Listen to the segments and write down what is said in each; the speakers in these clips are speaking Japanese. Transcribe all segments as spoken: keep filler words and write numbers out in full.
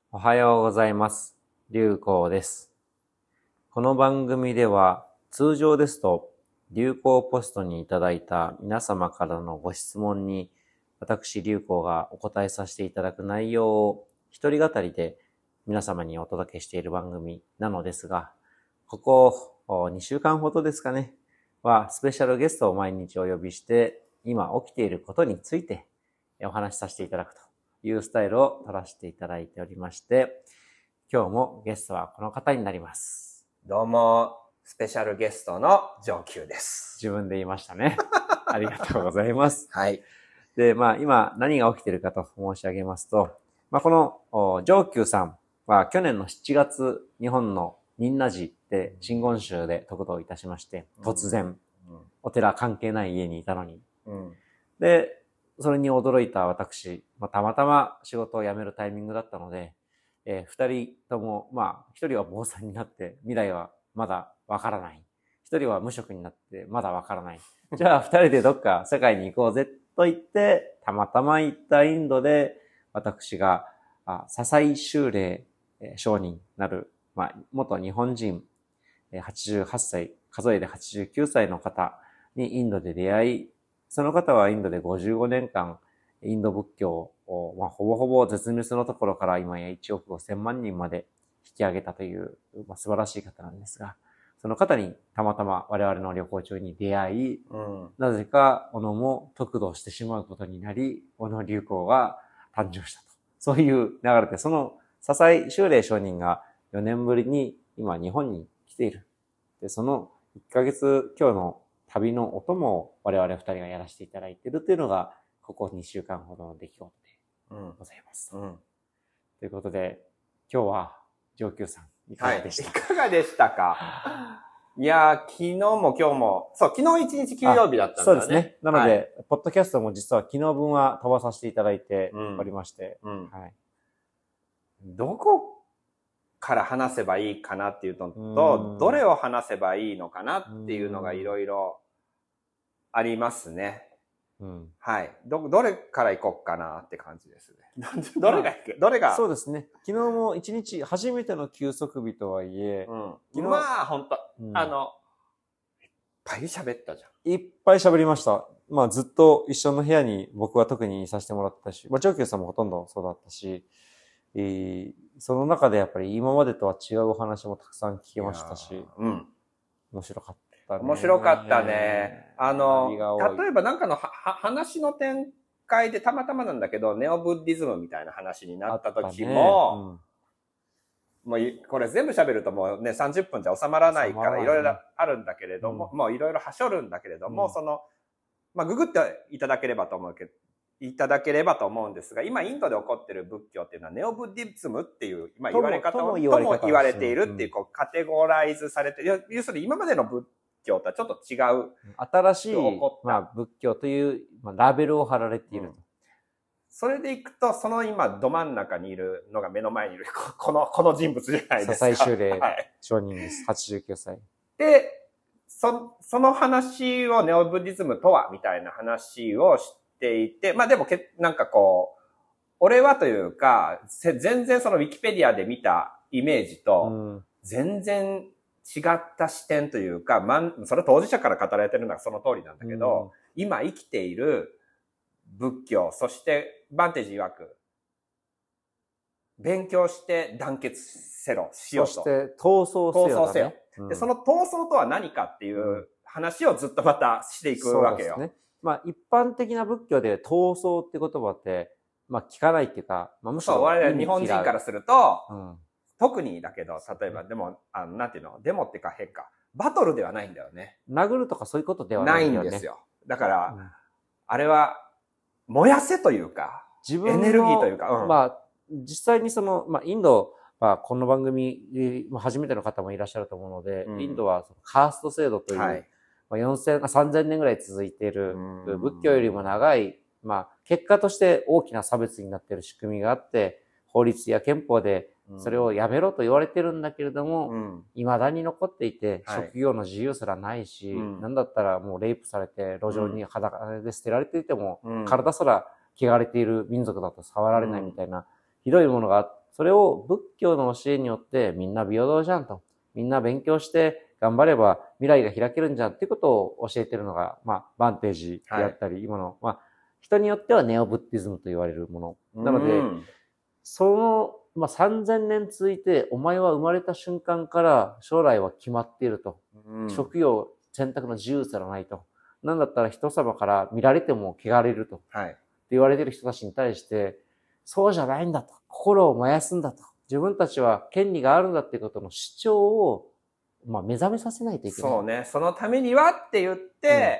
おはようございます。流行です。この番組では通常ですと流行ポストにいただいた皆様からのご質問に私流行がお答えさせていただく内容を一人語りで皆様にお届けしている番組なのですが、ここにしゅうかんほどですかねはスペシャルゲストを毎日お呼びして今起きていることについてお話しさせていただくというスタイルを取らせていただいておりまして、今日もゲストはこの方になります。 どうも、スペシャルゲストの上級です。 自分で言いましたね。ありがとうございます。 はい。 で、まあ今何が起きているかと申し上げますと、まあこの上級さんは去年のしちがつ、日本の仁和寺で真言宗で得度いたしまして、突然、うん、お寺関係ない家にいたのに。うん、で、それに驚いた私、まあ、たまたま仕事を辞めるタイミングだったので、えー、二人とも、まあ、一人は坊さんになって、未来はまだわからない。一人は無職になって、まだわからない。じゃあ、二人でどっか世界に行こうぜと言って、たまたま行ったインドで、私が、笹井修礼上人なる、まあ、元日本人、はちじゅうはっさい、数えではちじゅうきゅうさいの方にインドで出会い、その方はインドでごじゅうごねんかん、インド仏教を、まあ、ほぼほぼ絶滅のところから今やいちおくごせんまんにんまで引き上げたという、まあ、素晴らしい方なんですが、その方にたまたま我々の旅行中に出会い、うん、なぜか小野も得度してしまうことになり、小野流行が誕生したと。そういう流れで、その笹井修礼上人がよねんぶりに今日本に来ている。で、そのいっかげつ今日の旅のお供を我々二人がやらせていただいているというのが、ここにしゅうかんほどの出来事でございます。うんうん、ということで、今日は上級さん、いかがでしたか？ はい、いかがでしたか？いやー、昨日も今日も、そう、昨日一日休養日だったんだね。 そうですね。なので、はい、ポッドキャストも実は昨日分は飛ばさせていただいておりまして、うんうんはい、 どこから話せばいいかなっていうのと、どれを話せばいいのかなっていうのがいろいろありますね。うん、はい。ど、どれから行こうかなって感じですね。どれが行くどれがそうですね。昨日も一日初めての休息日とはいえ、 うん、昨日まあ本当、うん、あの、いっぱい喋ったじゃん。 いっぱい喋りました。まあずっと一緒の部屋に僕は特にいさせてもらったし、まあ上級さんもほとんどそうだったし、えー、その中でやっぱり今までとは違うお話もたくさん聞けましたし、うん、面白かったね。 面白かったね。あの、例えばなんかのは話の展開でたまたまなんだけど、ネオブッディズムみたいな話になった時も、ねうん、もうこれ全部喋るともうね、さんじゅっぷんじゃ収まらないからいろいろあるんだけれども、うん、もういろいろはしょるんだけれども、うん、その、まあ、ググっていただければと思うけど、いただければと思うんですが、今インドで起こっている仏教っていうのはネオブッディズムっていう、まあ、言われ方をとも言われているっていう、こうカテゴライズされている。要するに今までの仏教とはちょっと違う。 新しい、まあ、仏教という、まあ、ラベルを貼られている、うん。 それでいくと、その今ど真ん中にいるのが目の前にいる、この、この人物じゃないですか。 笹井修礼上人です。はちじゅうきゅうさい。 で、そ、その話をネオブッディズムとはみたいな話をしていて、まあでもけ、なんかこう、俺はというか、全然そのウィキペディアで見たイメージと、全然違った視点というか、まん、それ当事者から語られてるのはその通りなんだけど、うん、今生きている仏教、そしてバンテージ曰く、勉強して団結せろ、しようと。 そして闘争せよ、ね。闘争せよ、 うん。で、その闘争とは何かっていう話をずっとまたしていくわけよ。 そうですね。まあ一般的な仏教で闘争って言葉って、まあ聞かないっていうか、まあむしろ。 そう、我々日本人からすると、うん、特にだけど、例えばでも、あの、なんていうの、デモってか変か。バトルではないんだよね。 殴るとかそういうことではないんだよね。 ないんですよ。だから、うん、あれは、燃やせというか、自分のエネルギーというか、 うん、まあ、実際にその、まあインド、まあこの番組、初めての方もいらっしゃると思うので、うん、インドはそのカースト制度という、はいまあ、よんせん、さんぜんねんぐらい続いている、仏教よりも長い、まあ、結果として大きな差別になっている仕組みがあって、法律や憲法でそれをやめろと言われてるんだけれども、うん、未だに残っていて、はい、職業の自由すらないし、うん、なんだったらもうレイプされて路上に裸で捨てられていても、うん、体すら汚れている民族だと触られないみたいなひどいものがあって、それを仏教の教えによってみんな平等じゃんと。みんな勉強して頑張れば未来が開けるんじゃんっていうことを教えてるのが、まあ、バンテージであったり、はい、今の、まあ、人によってはネオブッディズムと言われるもの。なので、その、まあ、さんぜんねん続いて、お前は生まれた瞬間から将来は決まっていると。職業選択の自由すらないと。なんだったら人様から見られても汚れると。はい。って言われてる人たちに対して、そうじゃないんだと。心を燃やすんだと。自分たちは権利があるんだっていうことの主張を、まあ、目覚めさせないといけない。 そうね。そのためにはって言って、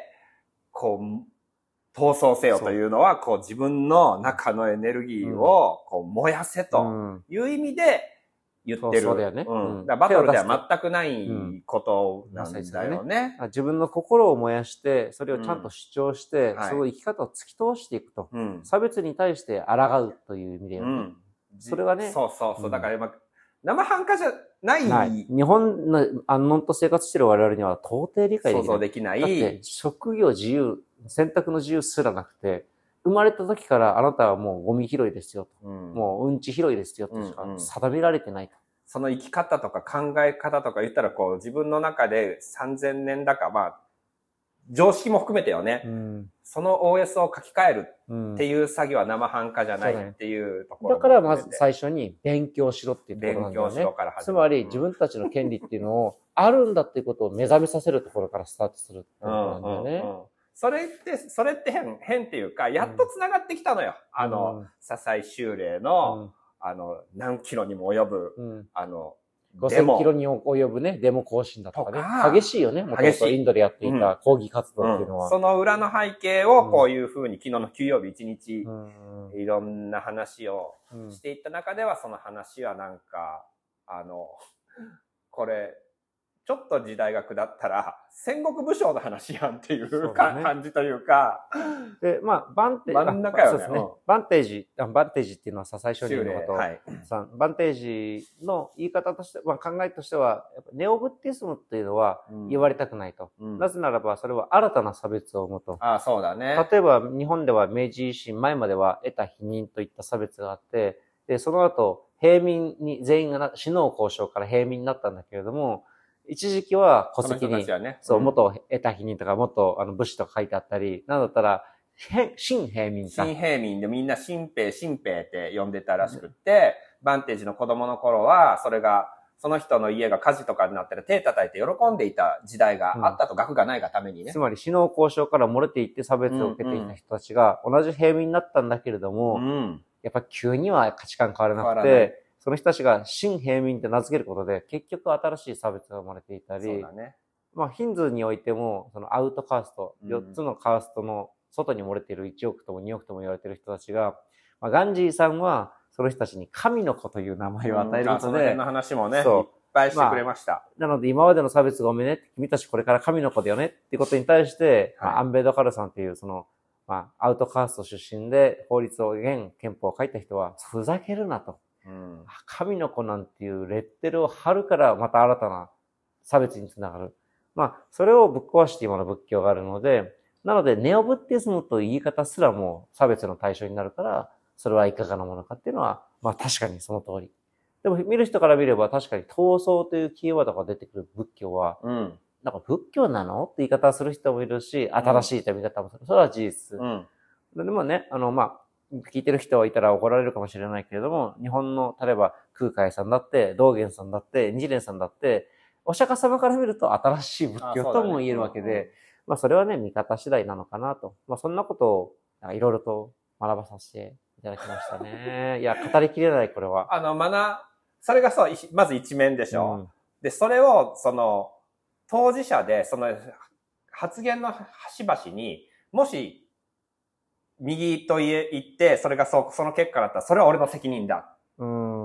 うん、こう、闘争せよというのは、こう自分の中のエネルギーをこう燃やせという意味で言ってる。 そうだよね。 うん。だからバトルでは全くないことなんだよね。 うん、自分の心を燃やして、それをちゃんと主張して、うんはい、その生き方を突き通していくと。うん、差別に対して抗うという意味で、ね。うん。それはね。 そうそうそう。だから今、生半可じゃない。ない。 日本の安穏と生活している我々には到底理解できない。 想像できない。 だって職業自由、選択の自由すらなくて、生まれた時からあなたはもうゴミ拾いですよと。うん、もううんち拾いですよとしか定められてないと。うんうん、 その生き方とか考え方とか言ったらこう自分の中でさんぜんねんだかまあ、常識も含めてよね。うん、その オーエス を書き換えるっていう作業は生半可じゃないっていうところ、 ね。だからまず最初に勉強しろっていうところなんだよね。 勉強しろから始まる。 つまり自分たちの権利っていうのをあるんだっていうことを目覚めさせるところからスタートするってことなんだよね。うんうんうん、 それって、それって変、変っていうか、やっと繋がってきたのよ。うん、あの、笹井修礼の、うん、あの、何キロにも及ぶ、うん、あの、 ごせんキロに及ぶね、デモ行進だとかね。か激しいよね。もともとインドでやっていた抗議活動っていうのは。 うんうん、その裏の背景をこういうふうに昨日の休養日一日、うん、いろんな話をしていった中では、その話はなんか、あの、これ、ちょっと時代が下ったら、戦国武将の話やんっていうか、ね、感じというか。 で、まあ、バンテージ。 真ん中よね。 そうですね。バンテージ、バンテージっていうのは笹井書人のこと、はい、バンテージの言い方として、まあ、考えとしては、やっぱネオブッディズムっていうのは言われたくないと。うん、なぜならば、それは新たな差別を生むと。 ああ、そうだね。 例えば、日本では明治維新前までは得た否認といった差別があって、で、その後、平民に、全員が首脳交渉から平民になったんだけれども、一時期は戸籍に、ね、そう、元得た否認とか、元あの武士とか書いてあったり、なんだったら、新平民か。新平民でみんな新平、新平って呼んでたらしくって、うん、バンテージの子供の頃は、それが、その人の家が火事とかになったら手叩いて喜んでいた時代があったと、うん、学がないがためにね。 つまり、首脳交渉から漏れていって差別を受けていた人たちが、同じ平民になったんだけれども、うん、やっぱ急には価値観変わらなくて、その人たちが新平民って名付けることで、結局新しい差別が生まれていたり、そうだね。まあ、ヒンズーにおいても、そのアウトカースト、よっつのカーストの外に漏れているいちおくともにおくとも言われている人たちが、まあ、ガンジーさんは、その人たちに神の子という名前を与えることで、うん、その辺の話もね、いっぱいしてくれました。 まあ、なので今までの差別ごめんね、君たちこれから神の子だよねっていうことに対して、はい、まあ、アンベードカルさんっていうその、まあ、アウトカースト出身で法律を、現憲法を書いた人は、ふざけるなと。うん、神の子なんていうレッテルを貼るからまた新たな差別につながる。まあ、それをぶっ壊して今の仏教があるので、なのでネオブッディズムという言い方すらも差別の対象になるから、それはいかがなものかっていうのは、まあ確かにその通り。でも見る人から見れば確かに闘争というキーワードが出てくる仏教は、うん、なんか仏教なのって言い方をする人もいるし、新しいという見方もする。それは事実。うん、でもね、あの、まあ、聞いてる人はいたら怒られるかもしれないけれども、日本の、例えば空海さんだって、道元さんだって、日蓮さんだって、お釈迦様から見ると新しい仏教とも言えるわけで、ねうんうん、まあそれはね、見方次第なのかなと。まあそんなことをいろいろと学ばさせていただきましたね。いや、語りきれない、これは。 あの、まな、それがそう、まず一面でしょ。うん、で、それを、その、当事者で、その、発言の端々に、もし、右と言って、それがそ、その結果だったら、それは俺の責任だ。うん、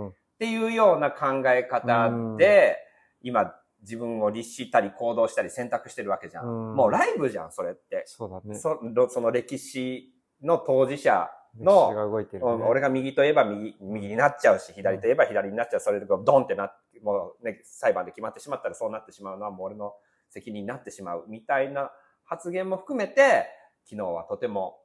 っていうような考え方で、うん、今、自分を律したり行動したり選択してるわけじゃん。うん、もうライブじゃん、それって。 そうだね。 そ, その歴史の当事者の、 歴史が動いてるね、 俺が右と言えば右、右になっちゃうし、左と言えば左になっちゃう。それでドンってなって、もうね、裁判で決まってしまったらそうなってしまうのはもう俺の責任になってしまう。みたいな発言も含めて、昨日はとても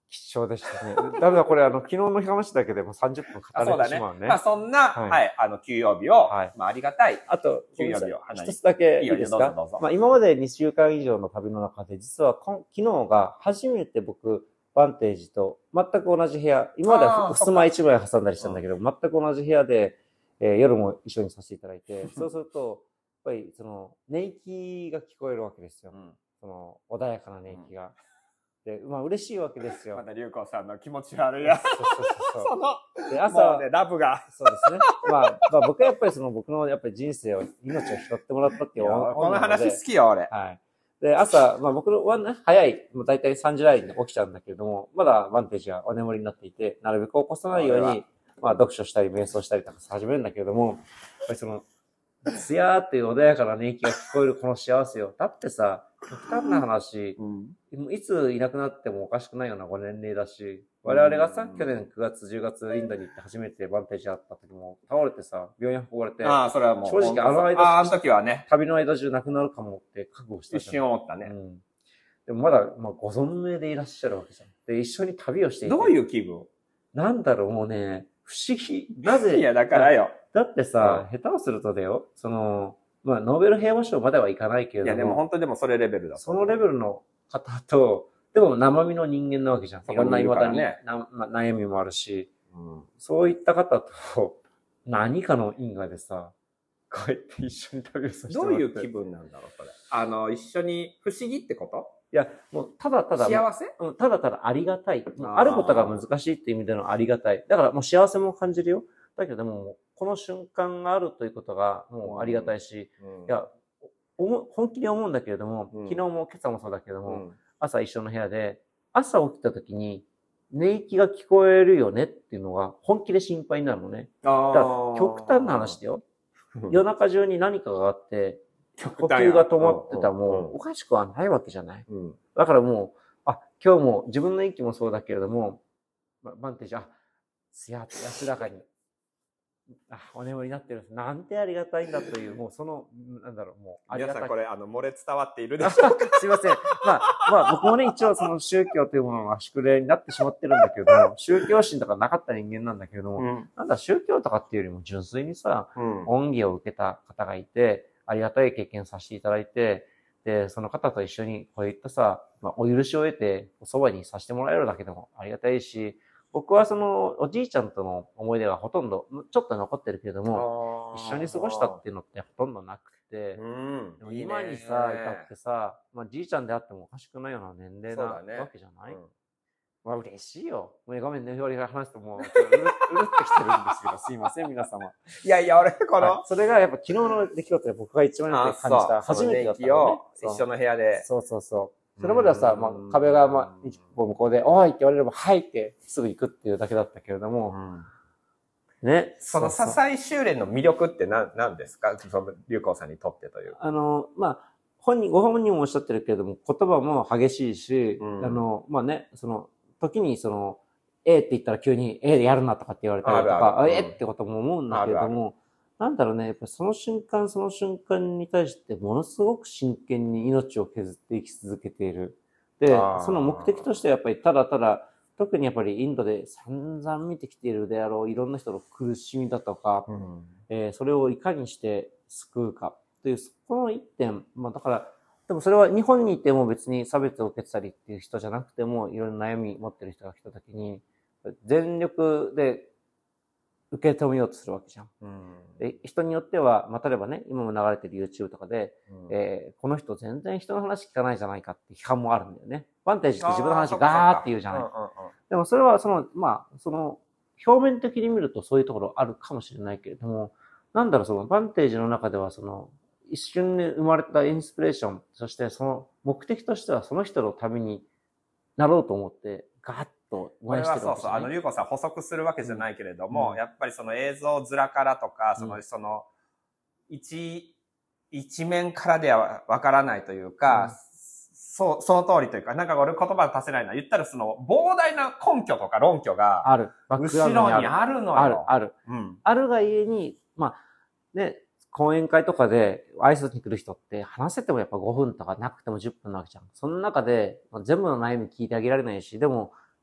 貴重でしたね。だめだ、これあの、昨日の話だけでもさんじゅっぷん語れてしまうね。 そうだね。まあそんな、はい、はい、あの、休養日を、はい、まあありがたい。 あと、 休養日を一つだけいいですか？いいよ、どうぞどうぞ。まあ今までにしゅうかん以上の旅の中で、実は昨日が初めて僕、バンテージと全く同じ部屋、今までは襖一枚挟んだりしたんだけど、全く同じ部屋で、えー、夜も一緒にさせていただいて、そうすると、やっぱりその、寝息が聞こえるわけですよ。うん、その、穏やかな寝息が。うん、で、まあ嬉しいわけですよ。 まだ龍子さんの気持ち悪いや。そうそうそうそう。その、 で、朝、 ね、ラブが。 そうですね。まあ、まあ僕はやっぱりその僕のやっぱり人生を、命を拾ってもらったっていう思いこの話好きよ、俺。 はい。で、朝、まあ僕のはね、早い、もう大体さんじ台に起きちゃうんだけれども、まだバンテージはお眠りになっていて、なるべく起こさないように、まあ読書したり瞑想したりとか始めるんだけれども、やっぱりその、つやーっていう穏やかな寝息が聞こえるこの幸せよ。だってさ、極端な話、うん、いついなくなってもおかしくないようなご年齢だし、我々がさ、去年くがつ、じゅうがつインドに行って初めてバンテージ会った時も倒れてさ、病院運ばれて、 ああ、それはもう。 正直あの間、 ああ、あの時はね。 旅の間中亡くなるかもって覚悟した一瞬思ったね。うん、 でもまだ、まあ、ご存命でいらっしゃるわけじゃん。で、一緒に旅をしていて。 どういう気分？ なんだろう、もうね、不思議。なぜ？ いや、だからよ。 だってさ、うん、下手をするとだよ、その、まあ、ノーベル平和賞まではいかないけれども。 いや、でも本当にでもそれレベルだ。 そのレベルの方と、でも生身の人間なわけじゃん。いろんな未だに、ね、なまあ、悩みもあるし、うん、そういった方と何かの因果でさ、こうやって一緒に旅をさせてもらって。 どういう気分なんだろう、それ。あの、一緒に不思議ってこと？ いや、もう、ただただ、 幸せ？ うん、ただただありがたい。あることが難しいっていう意味でのありがたい。だからもう幸せも感じるよ。だけどでも、この瞬間があるということがもうありがたいし、うん、いや、本気で思うんだけれども、うん、昨日も今朝もそうだけども、うん、朝一緒の部屋で、朝起きた時に、寝息が聞こえるよねっていうのが本気で心配になるのね。だから極端な話だよ。夜中中に何かがあって、呼吸が止まってたらもうおかしくはないわけじゃない。うん、だからもう、あ、今日も自分の息もそうだけれども、バンテージ、あ、すや、安らかに。あ、お眠りになってるんです。なんてありがたいんだという、もうその、なんだろう、もうありがたい。 皆さんこれ、あの、漏れ伝わっているでしょうか？ すいません。まあ、まあ、僕もね、一応その宗教というものが宿霊になってしまってるんだけども、宗教心とかなかった人間なんだけれども、うん、なんだ、宗教とかっていうよりも純粋にさ、うん、恩義を受けた方がいて、ありがたい経験させていただいて、で、その方と一緒にこういったさ、まあ、お許しを得て、おそばにさせてもらえるだけでもありがたいし、僕はそのおじいちゃんとの思い出がほとんどちょっと残ってるけれども、一緒に過ごしたっていうのってほとんどなくて、うん、でも今にさ、いたってさ、まあじいちゃんであってもおかしくないような年齢なわけじゃない？う、ね、うん、まあ嬉しいよ。もうごめんね、俺が話すともううる、うるってきてるんですけど、すいません、皆様。 いやいや、俺、この、 はい、それがやっぱ昨日の出来事で僕が一番よく感じた初めてだったのね。 一緒の部屋で。 そうそうそう。それまではさ、まあ、壁が、まあ、一歩向こうで、おいって言われれば、はいってすぐ行くっていうだけだったけれども、うん、ね。 その、笹井修練の魅力って何、何ですか？その、龍光さんにとってという。 あの、まあ、本人、ご本人もおっしゃってるけれども、言葉も激しいし、うん、あの、まあね、その、時にその、A って言ったら急に A でやるなとかって言われたりとか、ああえってことも思うんだけれども、あるあるなんだろうね、やっぱその瞬間その瞬間に対してものすごく真剣に命を削って生き続けている。で、その目的としてはやっぱりただただ、特にやっぱりインドで散々見てきているであろういろんな人の苦しみだとか、うん、えー、それをいかにして救うかという、この一点、まあだから、でもそれは日本にいても別に差別を受けてたりっていう人じゃなくても、いろんな悩み持ってる人が来た時に、全力で受け止めようとするわけじゃん。うん、で人によっては、まあ、例えばね、今も流れてる YouTube とかで、うんえー、この人全然人の話聞かないじゃないかって批判もあるんだよね。バンテージって自分の話ガーって言うじゃない。でもそれはその、まあ、その、表面的に見るとそういうところあるかもしれないけれども、なんだろう、そのバンテージの中ではその、一瞬で生まれたインスピレーション、そしてその目的としてはその人のためになろうと思って、ガーッと応援してるわけじゃない。 これはそうそう。あの、龍子さん補足するわけじゃないけれども、うん、やっぱりその映像面からとか、その、うん、その、一、一面からではわからないというか、うん、そう、その通りというか、なんか俺言葉出せないな。言ったらその、膨大な根拠とか論拠が、 ある。 後ろにあるのよ。 ある、ある。うん、あるがゆえに、まあ、ね、講演会とかで挨拶に来る人って話せてもやっぱごふんとかなくてもじゅっぷんなわけじゃん。その中で全部の悩み聞いてあげられないし、でも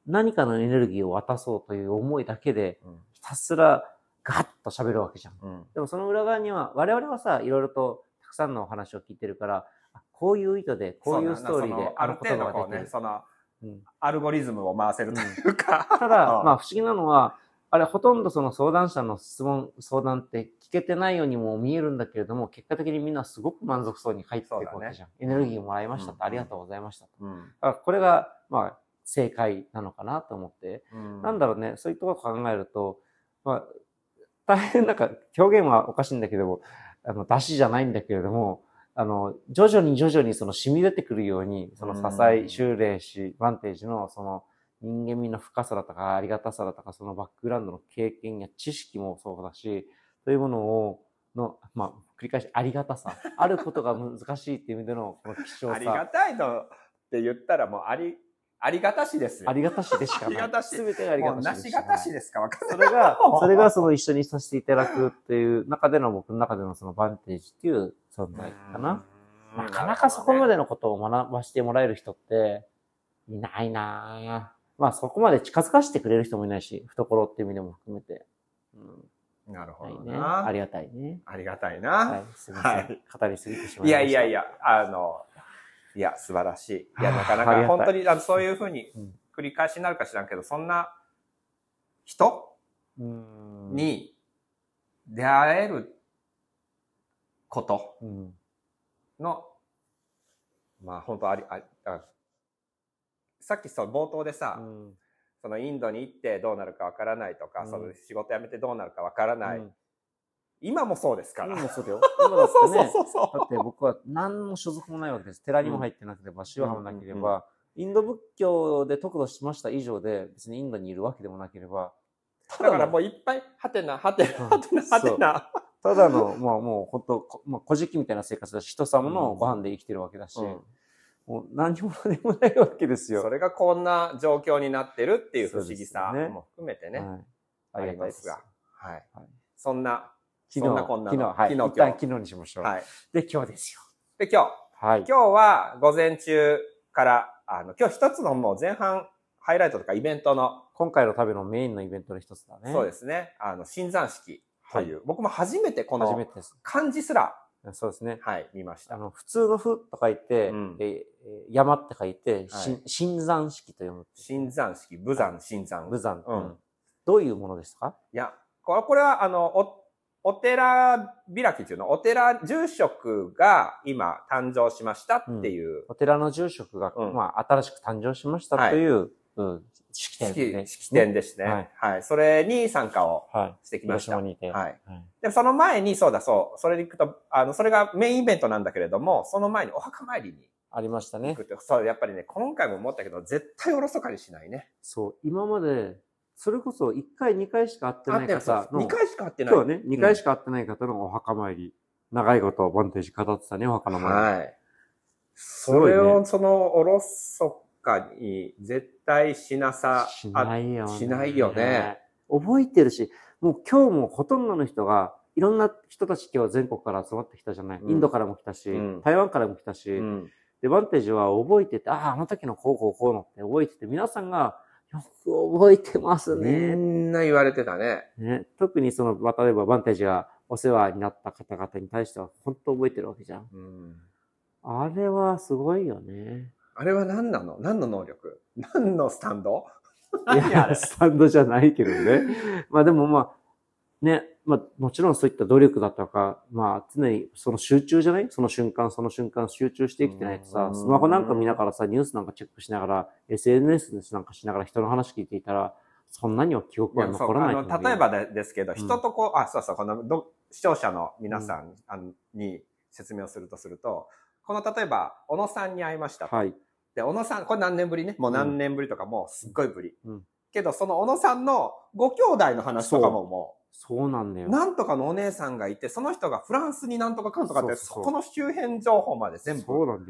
何かのエネルギーを渡そうという思いだけで、ひたすらガッと喋るわけじゃん。うん、でもその裏側には、我々はさ、いろいろとたくさんのお話を聞いてるから、こういう意図で、こういうストーリーで、 ある程度こうね、その、うん、アルゴリズムを回せるというか。 うん、ただ、まあ不思議なのは、あれ、ほとんどその相談者の質問、相談って聞けてないようにも見えるんだけれども、結果的にみんなすごく満足そうに入っていくわけじゃん。ね、エネルギーもらいましたと、うん、ありがとうございましたと。うん、だからこれが、まあ、正解なのかなと思って、うん、なんだろうね、そういうところを考えると、まあ、大変なんか表現はおかしいんだけども、あの、出しじゃないんだけれども、あの、徐々に徐々にその染み出てくるように、その笹井修霊氏、バンテージのその人間味の深さだとかありがたさだとか、そのバックグラウンドの経験や知識もそうだし、というものを、の、まあ、繰り返しありがたさ、あることが難しいっていう意味でのこの希少さ。 ありがたいとって言ったらもうあり、ありがたしですよ。 ありがたしでしかない。 ありがたし。 すべてがありがたしでしかない。なしがたしですかわかんない。 それが、それがその一緒にさせていただくっていう中での僕の中でのそのバンテージっていう存在かな。なかなかそこまでのことを学ばせてもらえる人っていないなぁ。まあそこまで近づかせてくれる人もいないし、懐っていう意味でも含めて。 うん、なるほどね。ありがたいね。 ありがたいな。 はい。すみません。はい、語りすぎてしまいました。 いやいやいや、あの、いや、素晴らしい。いや、なかなか本当にあのそういうふうに繰り返しになるか知らんけど、そんな人に出会えることの、うん、まあ本当あり、ああさっきそう冒頭でさ、うん、そのインドに行ってどうなるかわからないとか、うん、その仕事辞めてどうなるかわからない。うん、今もそうですから。 今もそうだよ。今だってね、そうそうそうそうだって僕は何の所属もないわけです。寺にも入ってなければ、宗派もなければ、インド仏教で得度しました以上で、別にインドにいるわけでもなければ。 だからもういっぱい、はてな、はてな、はてな、はてな。 ただの、まあもう本当、まあ、古事記みたいな生活だし、人様のご飯で生きてるわけだし、うん、もう何もでもないわけですよ。 それがこんな状況になってるっていう不思議さも含めてね。はい、ありますが。はい。はい、そんな、 昨日、 そんなこんな昨日、はい。昨日、一旦昨日にしましょう。はい。で、今日ですよ。 で、今日。はい。今日は午前中から、あの、今日一つのもう前半、ハイライトとかイベントの。 今回の旅のメインのイベントの一つだね。 そうですね。あの、新山式という。はい、僕も初めてこの漢字すら。 そうですね。 はい、見ました。 あの、普通のふと書いて、うん、え山って書いて、はい、新山式と読む。 新山式、武山、新山。 武山。うん。どういうものですか？ いや、これ、これは、あの、お、お寺開きっていうの、お寺住職が今誕生しましたっていう。うん、 お寺の住職が、うん、まあ、新しく誕生しましたという、はい、うん、式典ですね。 式典ですね。はい。はい。それに参加をしてきました。はい。はい。はい、で、その前に、そうだ、そう。それで行くと、あの、それがメインイベントなんだけれども、その前にお墓参りに。 ありましたね。 そう、やっぱりね、今回も思ったけど、絶対おろそかにしないね。 そう。今まで、それこそいっかい、にかいしか会ってない方の。 にかいしか会ってない。 今日はね、にかいしか会ってない方のお墓参り。うん、長いことバンテージ語ってたね、お墓の前に。はい。 それを、その、おろそかに絶対しなさ、 しないよね。 しないよね。 覚えてるし、もう今日もほとんどの人が、いろんな人たち今日全国から集まってきたじゃない。うん、インドからも来たし、うん、台湾からも来たし、うん、で、バンテージは覚えてて、ああ、あの時のこうこうこうのって覚えてて、皆さんがよく覚えてますね。 みんな言われてたね。 ね。特にその、例えばバンテージがお世話になった方々に対しては本当覚えてるわけじゃん。うん、あれはすごいよね。 あれは何なの？何の能力？何のスタンド？ いや、スタンドじゃないけどね。まあでもまあ、ね、まあもちろんそういった努力だとか、まあ常にその集中じゃない？その瞬間、その瞬間集中して生きてないとさ、スマホなんか見ながらさ、ニュースなんかチェックしながら、エスエヌエス なんかしながら人の話聞いていたら、そんなには記憶は残らないと思う。 あの、例えばでですけど、人とこう、うん、あ、そうそう、このど視聴者の皆さん、うん、あのに説明をするとすると、この例えば、小野さんに会いましたと。はい。で、小野さん、これ何年ぶりね。もう何年ぶりとかもうすっごいぶり。うん。けど、その小野さんのご兄弟の話とかももう、 そうなんだよ。 なんとかのお姉さんがいて、その人がフランスになんとかかんとかって、そこの周辺情報まで全部。 そうなんだよ。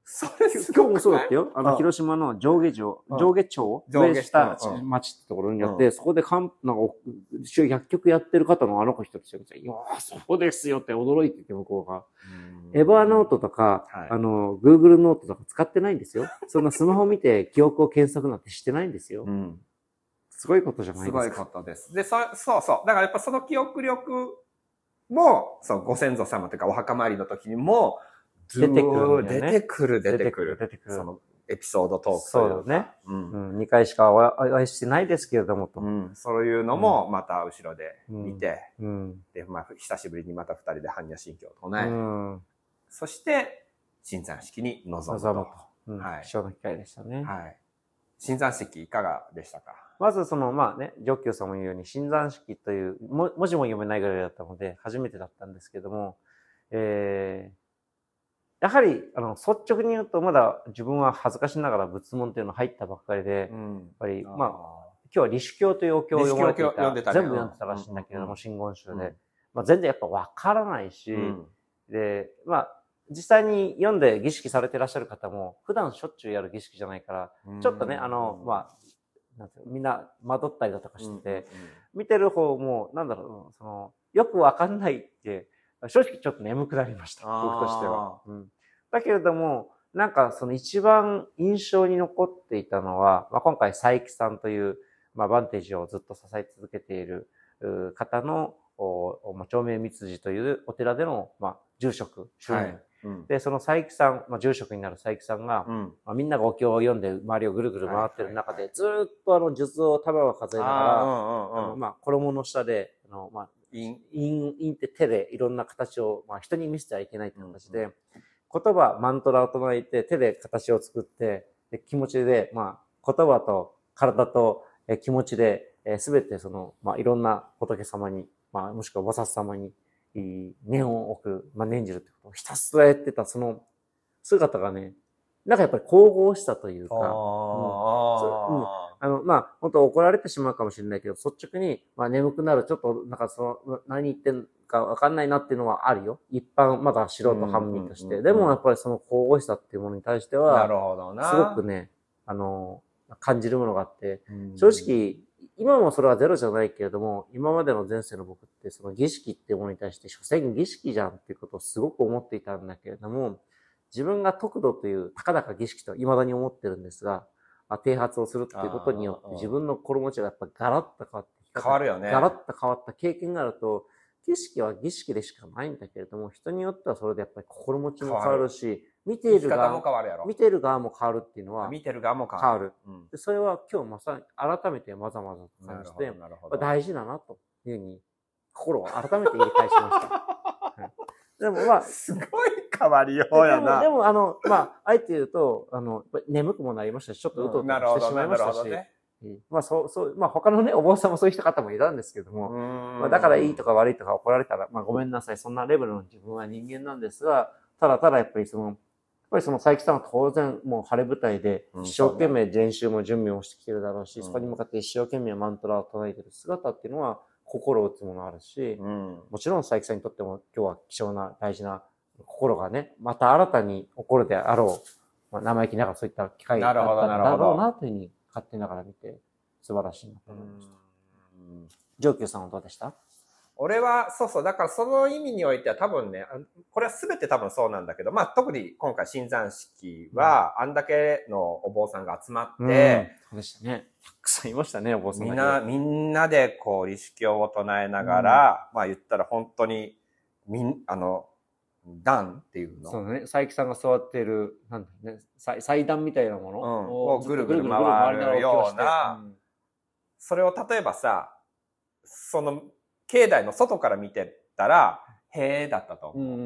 それす今日ごくないもそうだったよ。あの、 うん広島の上下町、 うん上下町、 上下上下うんうん町ってところにやって、そこでかん、なんか、週薬局やってる方のあの子一人して、いやー、そうですよって驚いてて、向こうが。エバーノートとか、 はいあの、Google ノートとか使ってないんですよ。そんなスマホ見て記憶を検索なんてしてないんですよ。 うんすごいことじゃないすですか。 ごいことです。で、そ、そうそう。だからやっぱその記憶力も、そう、ご先祖様というかお墓参りの時にも、 出てくるんだよね出てくる、出てくる。 出てくる。 そのエピソードトークというか。 そうだね。 うんうん。にかいしかお会いしてないですけれどもと。 うん。そういうのもまた後ろで見て、 うん。 で、まあ、久しぶりにまた二人で般若心経を唱え、 うん。 そして、新山式に臨むと。 臨むと。うん。 はい。 貴重な機会でしたね。 はい。新山式いかがでしたか？ まずその、まあね、上級さんも言うように、新山式という、も文字も読めないぐらいだったので、初めてだったんですけども、えー、やはり、あの、率直に言うと、まだ自分は恥ずかしながら仏門っていうの入ったばっかりで、 うん、 やっぱり、 あまあ、今日は李種経というお経を読まれていた、 読んでたね、 全部読んでたらしいんだけれども、 うん、 真言宗で。 うん、 まあ、全然やっぱわからないし、 うん、 で、まあ、実際に読んで儀式されてらっしゃる方も、普段しょっちゅうやる儀式じゃないから、ちょっとね、あの、まあ、なんていうの、みんな惑ったりだとかしてて、うんうんうん、見てる方も、なんだろう、その、よくわかんないって、正直ちょっと眠くなりました、僕としては。うん、だけれども、なんかその一番印象に残っていたのは、まあ、今回佐伯さんという、まあ、バンテージをずっと支え続けている方の、おまあ、長命密寺というお寺での、まあ、住職、主任、はいうん、で、その佐伯さん、まあ、住職になる佐伯さんが、うんまあ、みんながお経を読んで周りをぐるぐる回ってる中で、ずっとあの、術を束を数えながら、あの、まあ、衣の下で、あの、まあ、陰、陰って手でいろんな形を、まあ、人に見せてはいけないって形で、うんうん、言葉、マントラを唱えて、手で形を作って、で気持ちで、まあ、言葉と体とえ気持ちで、すべてその、まあ、いろんな仏様に、まあ、もしくは菩薩様に、念を置く、まあ、念じるってことをひたすらやってた、その姿がね、なんかやっぱり神々しさというか、あ、うん、あの、まあ、本当怒られてしまうかもしれないけど、率直に、まあ、眠くなる、ちょっと、なんかその、何言ってんかわかんないなっていうのはあるよ。一般、まだ素人半民として。でもやっぱりその神々しさっていうものに対しては、 なるほどな。 すごくね、あの、感じるものがあって、正直、今もそれはゼロじゃないけれども、今までの前世の僕ってその儀式っていうものに対して、所詮儀式じゃんっていうことをすごく思っていたんだけれども、自分が得度という高々儀式と未だに思ってるんですが、剃髪をするっていうことによって自分の心持ちがやっぱガラッと変わって、 変わるよね。 ガラッと変わった経験があると、儀式は儀式でしかないんだけれども、人によってはそれでやっぱり心持ちも変わるし、見ている側も変わるやろ。見ている側も変わるっていうのは、 見てる側も変わる。 変わる。でそれは今日まさに改めてまざまざと感じて、大事だなというふうに心を改めて言い返しました。はい、でもまあ、 すごい変わりようやな。 でも、でもあの、まあ、あえて言うと、あの、眠くもなりましたし、ちょっとうとうとしてしまいましたし、ね、まあそう、そう、まあ他のね、お坊さんもそういう方もいたんですけども、まあだからいいとか悪いとか怒られたら、まあごめんなさい、そんなレベルの自分は人間なんですが、ただただやっぱりその、やっぱりその佐伯さんは当然もう晴れ舞台で一生懸命練習も準備もしてきてるだろうし、うん、そこに向かって一生懸命マントラを唱えてる姿っていうのは心を打つものあるし、うん、もちろん佐伯さんにとっても今日は貴重な大事な心がね、また新たに起こるであろう、まあ、生意気ながらそういった機会があったんだろうなというふうに勝手ながら見て素晴らしいなと思いました。上級さんはどうでした？ 俺は、そうそう、だからその意味においては多分ね、これは全て多分そうなんだけど、まあ特に今回新山式は、あんだけのお坊さんが集まって、うん、 そうでしたね。たくさんいましたね、お坊さんが。 みんな、みんなでこう、李種経を唱えながら、うん、まあ言ったら本当に、みん、あの、段っていうの。 そうね。佐伯さんが座っている、なんだね、祭壇みたいなもの、うん、 をぐるぐる回るような、うん、それを例えばさ、その、境内の外から見てたら、へえだったと思う。うん、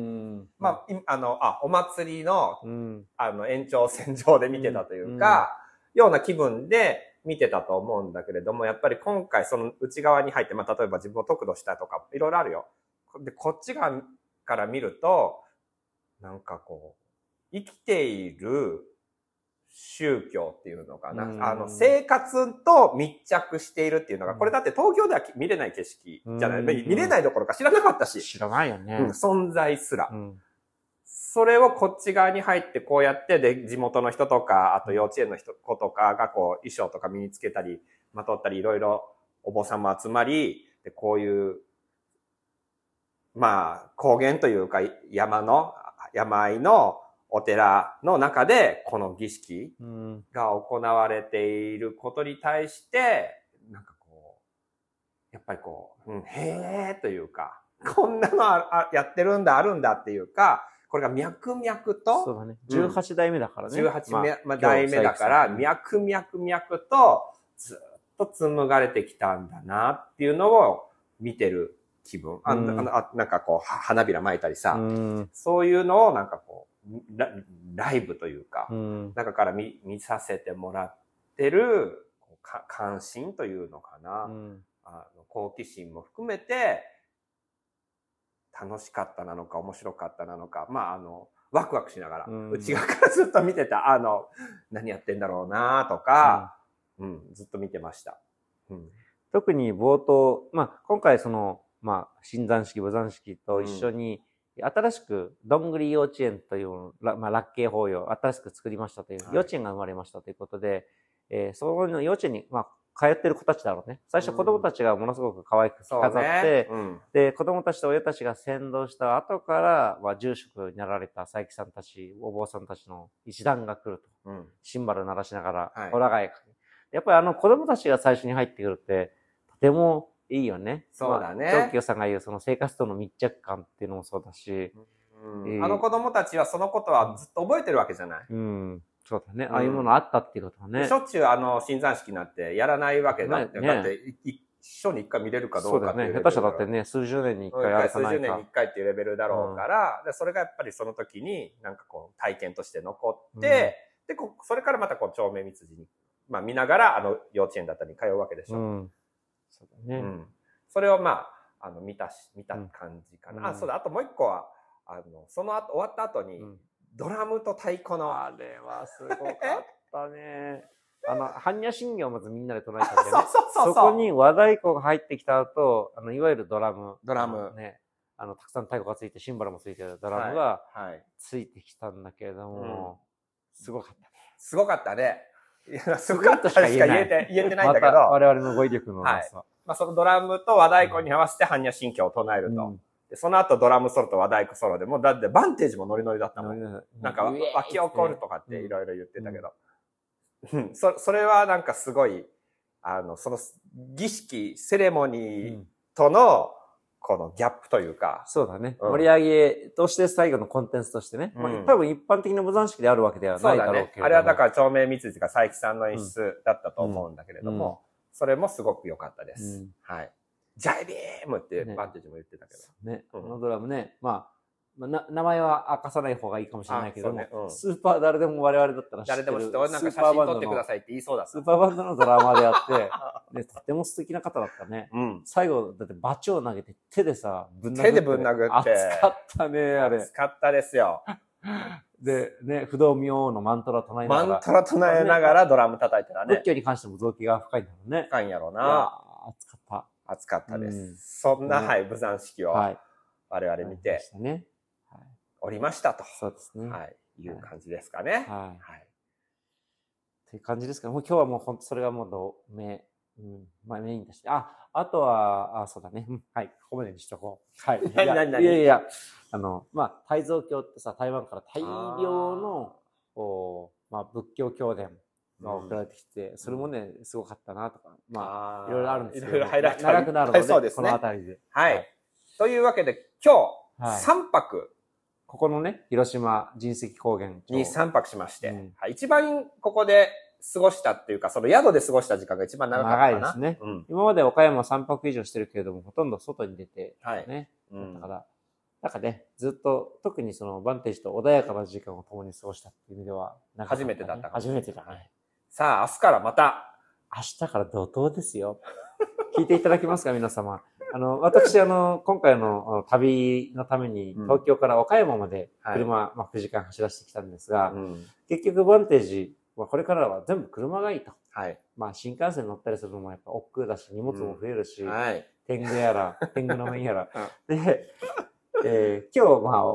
まあ、あの、あ、お祭りの、うん、あの、延長線上で見てたというか、うん、ような気分で見てたと思うんだけれども、やっぱり今回その内側に入って、まあ、例えば自分を得度したとか、いろいろあるよ。で、こっち側から見ると、なんかこう、生きている宗教っていうのかな。あの、生活と密着しているっていうのが、これだって東京では見れない景色じゃない。見れないどころか知らなかったし。 知らないよね。 うん、存在すら。うん、 それをこっち側に入ってこうやって、で、地元の人とか、あと幼稚園の人、子とかがこう、衣装とか身につけたり、まとったり、いろいろお坊さんも集まり、で、こういう、まあ、高原というか、山の、山あいのお寺の中で、この儀式が行われていることに対して、なんかこう、やっぱりこう、うん、へーというか、こんなのあやってるんだ、あるんだっていうか、これが脈々と、 そうだね。じゅうはち代目だからね。 じゅうはち代目だから、脈々々とずっと紡がれてきたんだなっていうのを見てる気分。あ、うん、あなんかこう、花びら巻いたりさ、うん、そういうのをなんかこう、ラ, ライブというか、うん、中から 見, 見させてもらってる関心というのかな、うん、あの好奇心も含めて、楽しかったなのか面白かったなのか、まああの、ワクワクしながら、うん、内側からずっと見てた、あの、何やってんだろうなとか、うん、うん、ずっと見てました。うん、 特に冒頭、まあ今回その、まあ、新山式、武山式と一緒に、うん、新しく、どんぐり幼稚園という、まあ、ラッケー法要、新しく作りましたという、はい、幼稚園が生まれましたということで、えー、その幼稚園に、まあ、通ってる子たちだろうね。最初子供たちがものすごく可愛く着飾って、うんねうん、で、子供たちと親たちが先導した後から、まあ、住職になられた佐伯さんたち、お坊さんたちの一団が来ると。うん、シンバル鳴らしながら、はい、おらがえかけ。やっぱりあの子供たちが最初に入ってくるって、とてもいいよね。 そうだね。 まあ、上京さんが言うその生活との密着感っていうのもそうだし、 うんえー、あの子供たちはそのことはずっと覚えてるわけじゃない。 うん。そうだね。ああいうものあったっていうことはね。 しょっちゅうあの、新山式になってやらないわけだって。ね、だって、一生に一回見れるかどうかっていう。 そうだね。下手したらだってね、数十年に一回あるかないか。 数十年に一回っていうレベルだろうから、うん、でそれがやっぱりその時になんかこう体験として残って、うん、でこ、それからまたこう長命密次に、まあ見ながらあの幼稚園だったり通うわけでしょ。うん。そうだね。うん。それをまあ、あの、見たし、見た感じかな。うん、あ、そうだ。あともう一個は、あの、その後、終わった後に、うんドラムと太鼓の。 あれはすごかったね。あの、般若心経をまずみんなで唱えたんだよね。 そうそうそうそう。 そこに和太鼓が入ってきた後、あの、いわゆるドラム。 ドラム。 ね。あの、たくさん太鼓がついて、シンバルもついてるドラムが、ついてきたんだけれども、はいはい、すごかったね。 すごかったね。いや、すごかったしか言えて、言えてないんだけど。 ま、我々の語彙力のなさ。はい、 まあ、そのドラムと和太鼓に合わせて般若心経を唱えると。うんその後ドラムソロと和太鼓ソロでもうだってバンテージもノリノリだったもん。なんか湧き起こるとかっていろいろ言ってたけど。うん、そ、それはなんかすごい、あの、その儀式、セレモニーとのこのギャップというか。 そうだね。うん、盛り上げとして最後のコンテンツとしてね。うん、まあ、多分一般的な無残式であるわけではないだろうけど。そうだね。 あれはだから長命密次が佐伯さんの演出だったと思うんだけれども、うんうん、それもすごく良かったです。うん、はい。ジャイビームってバンテージも言ってたけど。 ね。こ、うん、のドラムね、まあ、まあ、名前は明かさない方がいいかもしれないけども、ねうん、スーパー誰でも我々だったら知ってる。 誰でも知ってる。なんか写真撮ってくださいって言いそうだった。 スーパーバンドのドラマーであって、ね、とても素敵な方だったね。うん、最後、だってバチを投げて手でさ、 ぶん殴って。手でぶん殴って。 熱かったね、あれ。 熱かったですよ。 で、ね、不動明王のマントラ唱えながら。 マントラ唱えながらドラム叩いてたね。 仏教に関しても造形が深いんだろうね。 深いんやろうな。 熱かった。 熱かったです。うん、そんな、ね、はい、武山式を我々見て、 ねはい、おりましたと。 そうですね。 はい。いう感じですかね。 はい。はい。という感じですかね。もう今日はもう本当それがもうどメ、うん、まあメインとして。あ、あとは、あ、そうだね。はい。ここまでにしとこう。はい。 何何何いやいや、あの、まあ、大蔵経ってさ、台湾から大量の、こう、まあ、仏教経典。が送られてきて、うん、それもね、すごかったなとか、まあ、いろいろあるんですけど、いろいろハイライト長くなるので、そうですね、このあたりで。 はい。はい、というわけで、今日、はい、さんぱく。 ここのね、広島神石高原にさんぱくしまして、うんはい、一番ここで過ごしたっていうか、その宿で過ごした時間が一番長かったかな。 長いですね。うん、今まで岡山さんぱく以上してるけれども、ほとんど外に出て、ね、はいうん、だから、なんかね、ずっと、特にそのバンテージと穏やかな時間を共に過ごしたっていう意味では、 ね、初めてだったかも。 初めてだね。 さあ、明日からまた。 明日から怒涛ですよ。聞いていただけますか、皆様。あの、私、あの、今回の旅のために、東京から岡山まで車、うんはい、まあ、くじかん走らせてきたんですが、うん、結局、バンテージはこれからは全部車がいいと。はい。まあ、新幹線乗ったりするのもやっぱ億劫だし、荷物も増えるし、うんはい、天狗やら、天狗の面やら。で、えー、今日、まあ、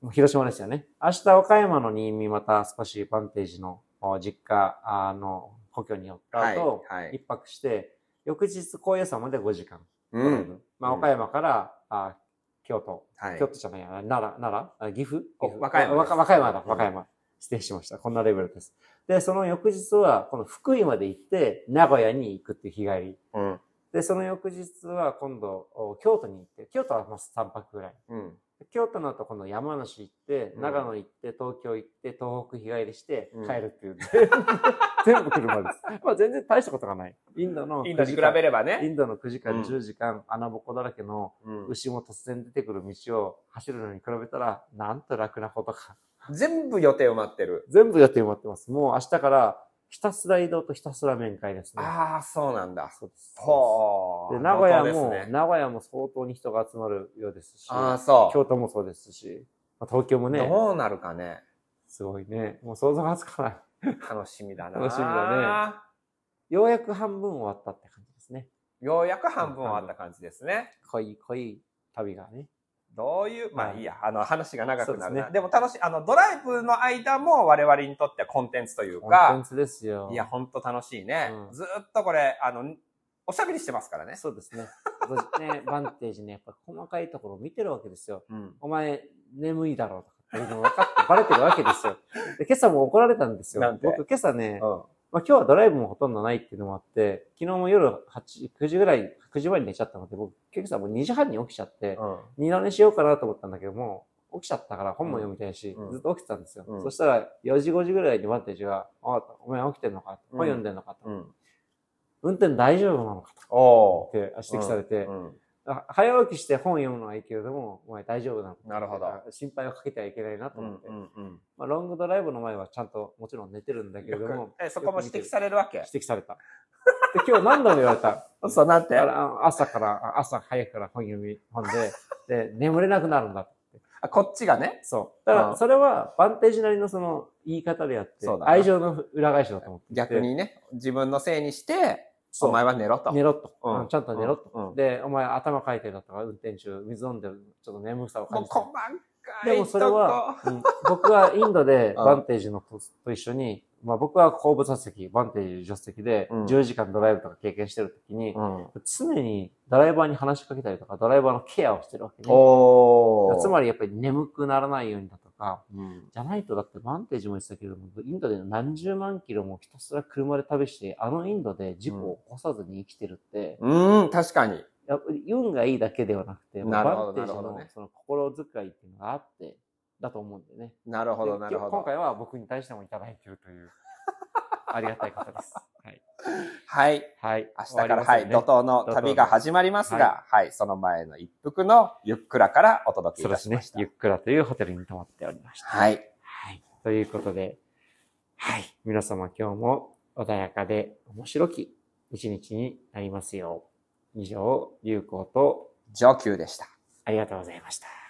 広島ですよね。明日岡山の新見また少しバンテージの実家あの故郷に寄った後、はいはい、一泊して、翌日高野山までごじかん。うん。まあ岡山から、あ京都、はい、京都じゃないや、奈良、奈良、岐阜和歌山。 和歌山だ、和歌山。失礼しました。こんなレベルです。で、その翌日は、この福井まで行って、名古屋に行くっていう日帰り。うん、で、その翌日は今度、京都に行って、京都はまあさんぱくぐらい。うん、京都の後、今度山梨行って、長野行って、東京行って、東北日帰りして帰るっていう。うん、全部車です。まあ全然大したことがない。インドのインドに比べればね。 インドのくじかん、じゅうじかん、穴ぼこだらけの牛も突然出てくる道を走るのに比べたら、なんと楽なことか。 全部予定埋まってる。 全部予定埋まってます。もう明日からひたすら移動とひたすら面会ですね。 ああ、そうなんだ。 そうです。 ほー。で、名古屋も、ね、名古屋も相当に人が集まるようですし、 ああ、そう。 京都もそうですし、東京もね。 どうなるかね。 すごいね。もう想像がつかない。 楽しみだな。 楽しみだね。ようやく半分終わったって感じですね。 ようやく半分終わった感じですね。 濃い濃い旅がね。 どういう、まあいいや、あの話が長くなるな。でね、でも楽しい、あのドライブの間も我々にとってはコンテンツというか。 コンテンツですよ。 いや、ほんと楽しいね。うん、ずっとこれ、あの、おしゃべりしてますからね。 そうですね。ね、バンテージね、やっぱ細かいところを見てるわけですよ。うん、お前、眠いだろうとかっていうの分かってバレてるわけですよ。で、今朝も怒られたんですよ。僕、今朝ね、うんまあ今日はドライブもほとんどないっていうのもあって、昨日も夜はち、くじぐらい、くじまえに寝ちゃったので、僕、今朝もうにじはんに起きちゃって、うん、二度寝しようかなと思ったんだけども、起きちゃったから本も読みたいし、うん、ずっと起きてたんですよ。うん、そしたらよじごじぐらいにバンテージが、あ、お前起きてんのか本読んでんのかと、うん、運転大丈夫なのかと。って指摘されて、うんうん早起きして本読むのはいいけれども、お前大丈夫なのかなるほど。 心配をかけてはいけないなと思って。うんうんうんまあ、ロングドライブの前はちゃんともちろん寝てるんだけれども。 え、そこも指摘されるわけ指摘された。で、今日何度も言われた。 そう、なんて朝から、朝早くから本読み、本で、で、眠れなくなるんだって。 あ、こっちがね。 そう。だから、それは、バンテージなりのその言い方であって、愛情の裏返しだと思って。 逆にね、自分のせいにして、お前は寝ろと。 寝ろと。うん、ちゃんと寝ろと、うん。で、お前頭かいてだとか、運転中、水飲んでる、ちょっと眠さを感じて。 もう細かいでもそれは、うん、僕はインドでバンテージのと一緒に、まあ僕は後部座席、バンテージ助手席でじゅうじかんドライブとか経験してるときに、うん、常にドライバーに話しかけたりとか、ドライバーのケアをしてるわけね。おつまりやっぱり眠くならないようにだとか、うん、じゃないとだってバンテージも言ってたけども、インドで何十万キロもひたすら車で旅して、あのインドで事故を起こさずに生きてるって、 うん、うん、確かに。 やっぱり運がいいだけではなくて、バンテージのその心遣いっていうのがあって、だと思うんでね。 なるほど、なるほど。 今回は僕に対してもいただいているという、ありがたい方です。はい。 はい。はい。明日から、ね、はい、怒涛の旅が始まりますが、はい、はい、その前の一服のゆっくらからお届けいたしました。そうですね。 ゆっくらというホテルに泊まっておりました。 はい。 はい。ということで、はい。皆様今日も穏やかで面白き一日になりますよう。以上、流行と上級でした。 ありがとうございました。